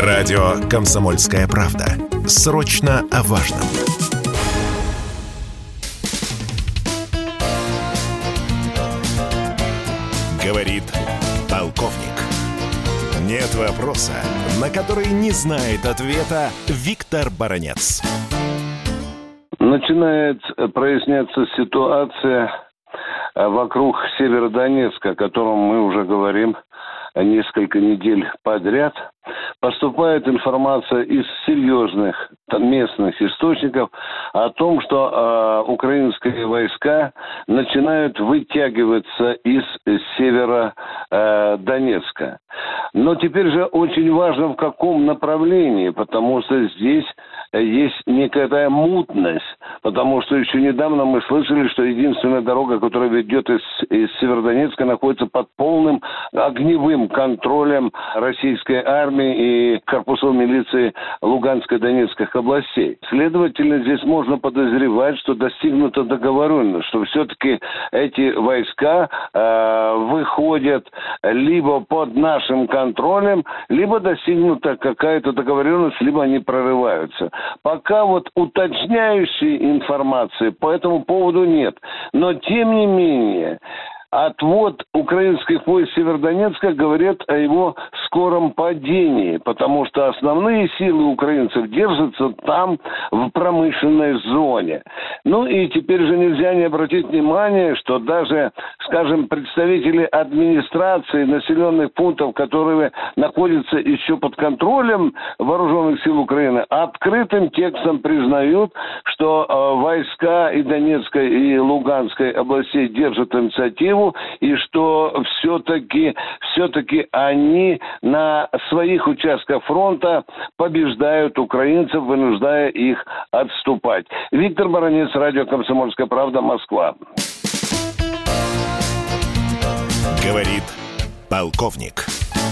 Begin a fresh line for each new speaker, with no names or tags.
Радио «Комсомольская правда». Срочно о важном. Говорит полковник. Нет вопроса, на который не знает ответа Виктор Баранец.
Начинает проясняться ситуация вокруг Северодонецка, о котором мы уже говорим несколько недель подряд. Поступает информация из серьезных местных источников о том, что украинские войска начинают вытягиваться из Северодонецка. Но теперь же очень важно, в каком направлении, потому что здесь есть некая мутность, потому что еще недавно мы слышали, что единственная дорога, которая ведет из Северодонецка, находится под полным огневым контролем российской армии и корпусов милиции Луганской и Донецкой областей. Следовательно, здесь можно подозревать, что достигнута договоренность, что все-таки эти войска выходят либо под нашим контролем, либо достигнута какая-то договоренность, либо они прорываются. Пока вот уточняющей информации по этому поводу нет. Но тем не менее, отвод украинских войск Северодонецка говорит о его скором падении, потому что основные силы украинцев держатся там, в промышленной зоне. Ну и теперь же нельзя не обратить внимание, что даже, скажем, представители администрации населенных пунктов, которые находятся еще под контролем вооруженных сил Украины, открытым текстом признают, что войска и Донецкой, и Луганской областей держат инициативу, и что все-таки они на своих участках фронта побеждают украинцев, вынуждая их отступать. Виктор Баранец, радио «Комсомольская правда», Москва.
Говорит полковник.